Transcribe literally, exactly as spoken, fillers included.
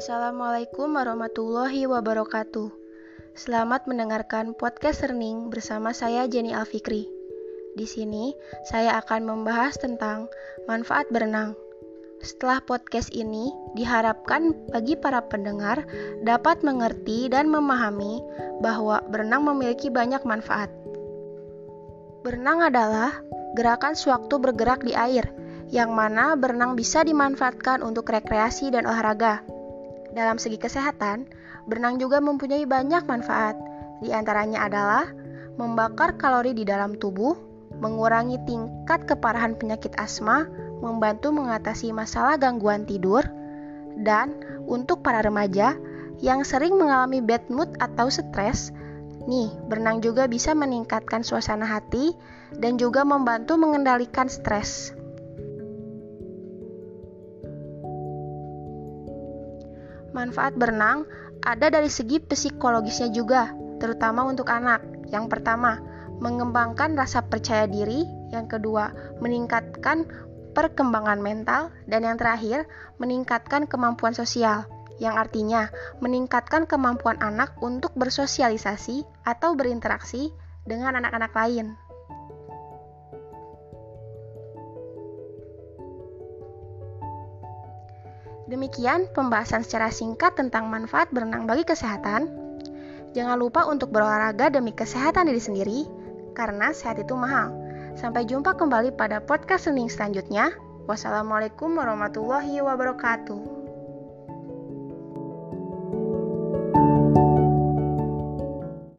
Assalamualaikum warahmatullahi wabarakatuh. Selamat mendengarkan podcast Learning bersama saya Jenny Alfikri. Di sini saya akan membahas tentang manfaat berenang. Setelah podcast ini diharapkan bagi para pendengar dapat mengerti dan memahami bahwa berenang memiliki banyak manfaat. Berenang adalah gerakan sewaktu bergerak di air, yang mana berenang bisa dimanfaatkan untuk rekreasi dan olahraga. Dalam segi kesehatan, berenang juga mempunyai banyak manfaat. Di antaranya adalah membakar kalori di dalam tubuh, mengurangi tingkat keparahan penyakit asma, membantu mengatasi masalah gangguan tidur, dan untuk para remaja yang sering mengalami bad mood atau stres, nih, berenang juga bisa meningkatkan suasana hati dan juga membantu mengendalikan stres. Manfaat berenang ada dari segi psikologisnya juga, terutama untuk anak. Yang pertama, mengembangkan rasa percaya diri. Yang kedua, meningkatkan perkembangan mental. Dan yang terakhir, meningkatkan kemampuan sosial, yang artinya meningkatkan kemampuan anak untuk bersosialisasi atau berinteraksi dengan anak-anak lain. Demikian pembahasan secara singkat tentang manfaat berenang bagi kesehatan. Jangan lupa untuk berolahraga demi kesehatan diri sendiri, karena sehat itu mahal. Sampai jumpa kembali pada podcast Learning selanjutnya. Wassalamualaikum warahmatullahi wabarakatuh.